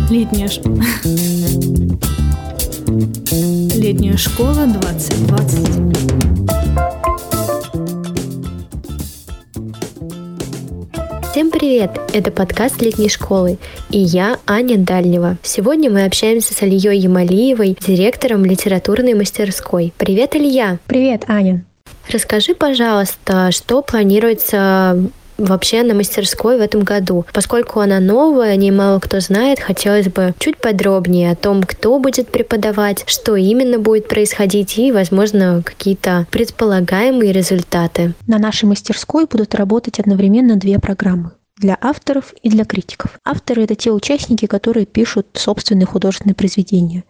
Летняя школа 2020. Всем привет! Это подкаст летней школы, и я Аня Дальнева. Сегодня мы общаемся с Алией Ямалиевой, директором литературной мастерской. Привет, Алия! Привет, Аня! Расскажи, пожалуйста, что планируется вообще на мастерской в этом году? Поскольку она новая, о ней мало кто знает, хотелось бы чуть подробнее о том, кто будет преподавать, что именно будет происходить и, возможно, какие-то предполагаемые результаты. На нашей мастерской будут работать одновременно две программы. Для авторов и для критиков. Авторы — это те участники, которые пишут собственные художественные произведения.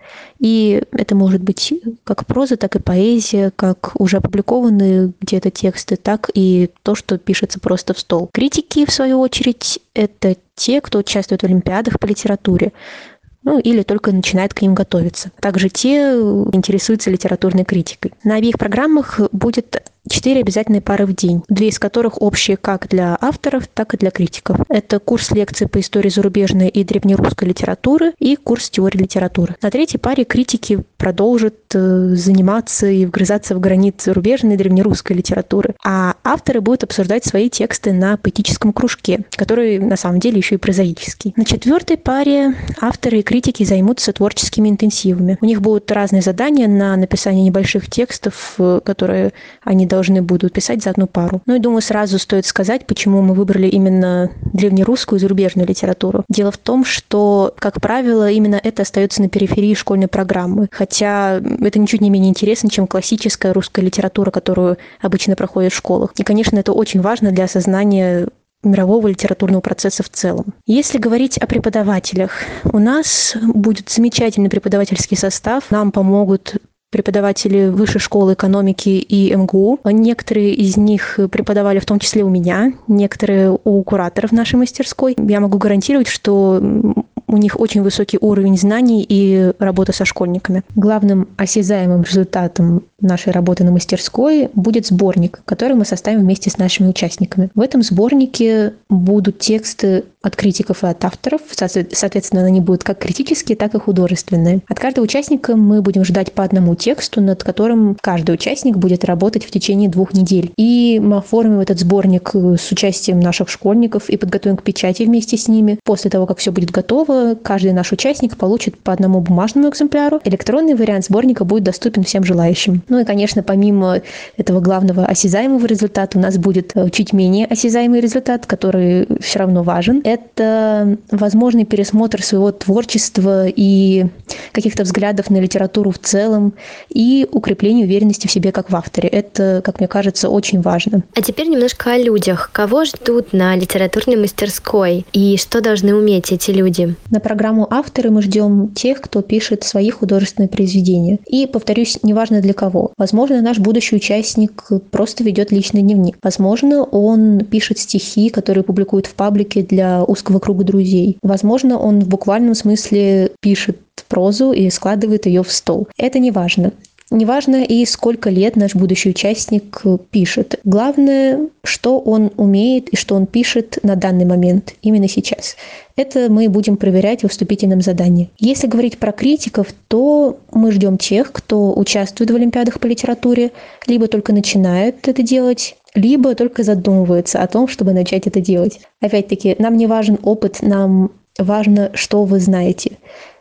И это может быть как проза, так и поэзия, как уже опубликованные где-то тексты, так и то, что пишется просто в стол. Критики, в свою очередь, это те, кто участвует в олимпиадах по литературе, или только начинает к ним готовиться. Также те интересуются литературной критикой. На обеих программах будет 4 обязательные пары в день, 2 из которых общие как для авторов, так и для критиков. Это курс лекций по истории зарубежной и древнерусской литературы и курс теории литературы. На 3-й паре критики продолжат заниматься и вгрызаться в границы зарубежной и древнерусской литературы, а авторы будут обсуждать свои тексты на поэтическом кружке, который на самом деле еще и прозаический. На 4-й паре авторы и критики займутся творческими интенсивами. У них будут разные задания на написание небольших текстов, которые они должны будут писать за одну пару. И думаю, сразу стоит сказать, почему мы выбрали именно древнерусскую и зарубежную литературу. Дело в том, что, как правило, именно это остается на периферии школьной программы, хотя это ничуть не менее интересно, чем классическая русская литература, которую обычно проходит в школах. И, конечно, это очень важно для осознания мирового литературного процесса в целом. Если говорить о преподавателях, у нас будет замечательный преподавательский состав. Нам помогут преподаватели Высшей школы экономики и МГУ. Некоторые из них преподавали в том числе у меня, некоторые у кураторов нашей мастерской. Я могу гарантировать, что у них очень высокий уровень знаний и работы со школьниками. Главным осязаемым результатом нашей работы на мастерской будет сборник, который мы составим вместе с нашими участниками. В этом сборнике будут тексты от критиков и от авторов. Соответственно, они будут как критические, так и художественные. От каждого участника мы будем ждать по одному тексту, над которым каждый участник будет работать в течение 2 недель. И мы оформим этот сборник с участием наших школьников и подготовим к печати вместе с ними. После того, как все будет готово, каждый наш участник получит по одному бумажному экземпляру. Электронный вариант сборника будет доступен всем желающим. И, конечно, помимо этого главного осязаемого результата, у нас будет чуть менее осязаемый результат, который все равно важен. Это возможный пересмотр своего творчества и каких-то взглядов на литературу в целом и укрепление уверенности в себе как в авторе. Это, как мне кажется, очень важно. А теперь немножко о людях. Кого ждут на литературной мастерской и что должны уметь эти люди? На программу «Авторы» мы ждем тех, кто пишет свои художественные произведения. И, повторюсь, неважно для кого. Возможно, наш будущий участник просто ведет личный дневник. Возможно, он пишет стихи, которые публикует в паблике для узкого круга друзей. Возможно, он в буквальном смысле пишет прозу и складывает ее в стол. Это не важно. Неважно и сколько лет наш будущий участник пишет. Главное, что он умеет и что он пишет на данный момент, именно сейчас. Это мы будем проверять в вступительном задании. Если говорить про критиков, то мы ждем тех, кто участвует в олимпиадах по литературе, либо только начинает это делать, либо только задумывается о том, чтобы начать это делать. Опять-таки, нам не важен опыт, нам важно, что вы знаете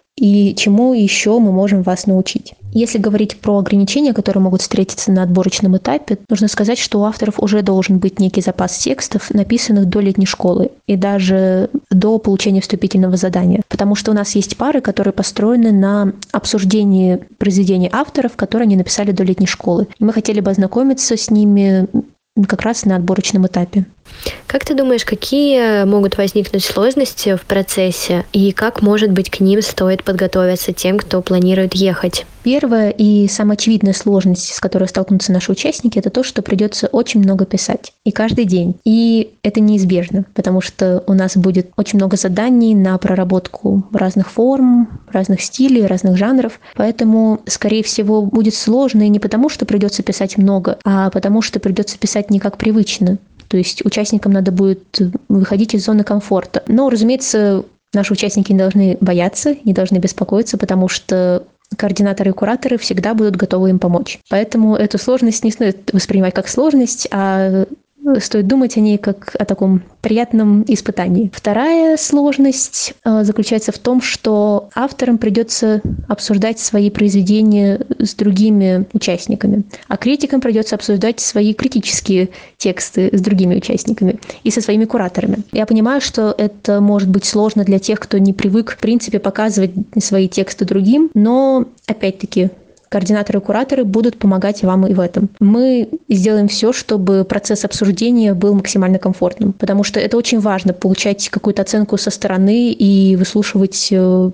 и чему еще мы можем вас научить. Если говорить про ограничения, которые могут встретиться на отборочном этапе, нужно сказать, что у авторов уже должен быть некий запас текстов, написанных до летней школы и даже до получения вступительного задания. Потому что у нас есть пары, которые построены на обсуждении произведений авторов, которые они написали до летней школы. И мы хотели бы ознакомиться с ними как раз на отборочном этапе. Как ты думаешь, какие могут возникнуть сложности в процессе и как, может быть, к ним стоит подготовиться тем, кто планирует ехать? Первая и самая очевидная сложность, с которой столкнутся наши участники, это то, что придется очень много писать. И каждый день. И это неизбежно, потому что у нас будет очень много заданий на проработку разных форм, разных стилей, разных жанров. Поэтому, скорее всего, будет сложно и не потому, что придется писать много, а потому что придется писать не как привычно. То есть участникам надо будет выходить из зоны комфорта. Но, разумеется, Наши участники не должны бояться, не должны беспокоиться, потому что координаторы и кураторы всегда будут готовы им помочь. Поэтому эту сложность не стоит воспринимать как сложность, а стоит думать о ней как о таком приятном испытании. Вторая сложность заключается в том, что авторам придется обсуждать свои произведения с другими участниками, а критикам придется обсуждать свои критические тексты с другими участниками и со своими кураторами. Я понимаю, что это может быть сложно для тех, кто не привык, в принципе, показывать свои тексты другим, но, опять-таки, координаторы и кураторы будут помогать вам и в этом. Мы сделаем все, чтобы процесс обсуждения был максимально комфортным, потому что это очень важно — получать какую-то оценку со стороны и выслушивать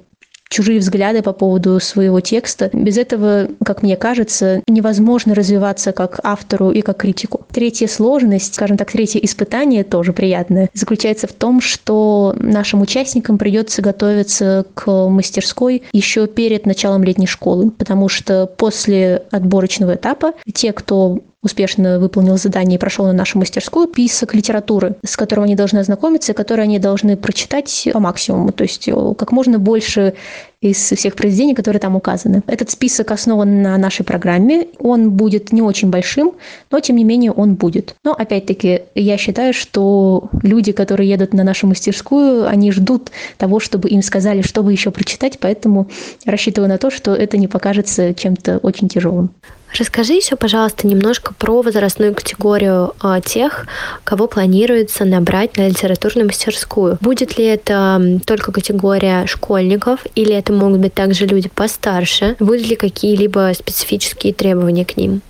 чужие взгляды по поводу своего текста. Без этого, как мне кажется, невозможно развиваться как автору и как критику. Третья сложность, скажем так, третье испытание, тоже приятное, заключается в том, что нашим участникам придется готовиться к мастерской еще перед началом летней школы, потому что после отборочного этапа те, кто успешно выполнил задание и прошел на нашу мастерскую, список литературы, с которым они должны ознакомиться и который они должны прочитать по максимуму, то есть как можно больше из всех произведений, которые там указаны. Этот список основан на нашей программе, он будет не очень большим, но тем не менее он будет. Но опять-таки я считаю, что люди, которые едут на нашу мастерскую, они ждут того, чтобы им сказали, что бы еще прочитать, поэтому рассчитываю на то, что это не покажется чем-то очень тяжелым. Расскажи еще, пожалуйста, немножко про возрастную категорию тех, кого планируется набрать на литературную мастерскую. Будет ли это только категория школьников, или это могут быть также люди постарше? Будут ли какие-либо специфические требования к ним?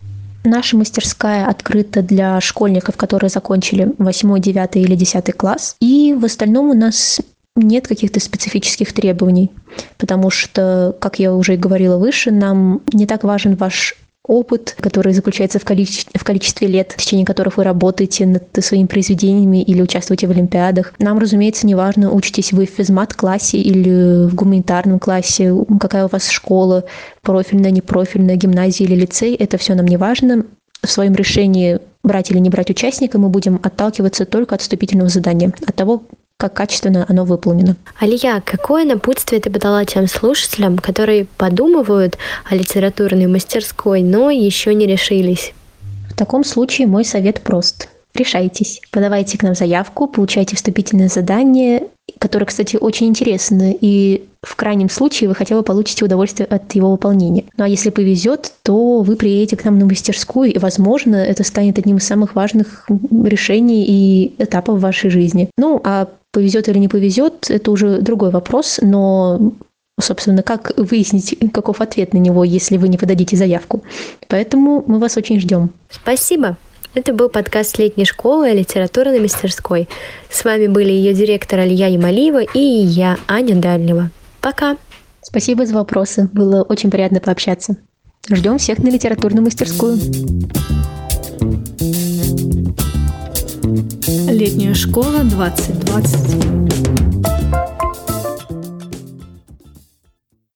Наша мастерская открыта для школьников, которые закончили 8, 9 или 10 класс. И в остальном у нас нет каких-то специфических требований, потому что, как я уже и говорила выше, нам не так важен ваш опыт, который заключается в количестве лет, в течение которых вы работаете над своими произведениями или участвуете в олимпиадах. Нам, разумеется, не важно, учитесь вы в физмат-классе или в гуманитарном классе, какая у вас школа, профильная, непрофильная, гимназия или лицей. Это все нам не важно. В своем решении брать или не брать участника мы будем отталкиваться только от вступительного задания, от того, как качественно оно выполнено. Алия, какое напутствие ты бы дала тем слушателям, которые подумывают о литературной мастерской, но еще не решились? В таком случае мой совет прост. Решайтесь. Подавайте к нам заявку, получайте вступительное задание, которое, кстати, очень интересно, и в крайнем случае вы хотя бы получите удовольствие от его выполнения. Ну а если повезет, то вы приедете к нам на мастерскую, и, возможно, это станет одним из самых важных решений и этапов в вашей жизни. Ну, а повезет или не повезет, это уже другой вопрос, но, собственно, как выяснить, каков ответ на него, если вы не подадите заявку? Поэтому мы вас очень ждем. Спасибо. Это был подкаст летней школы о литературной мастерской. С вами были ее директор Алия Ямалиева и я, Аня Дальнева. Пока! Спасибо за вопросы. Было очень приятно пообщаться. Ждем всех на литературную мастерскую. Летняя школа 2020.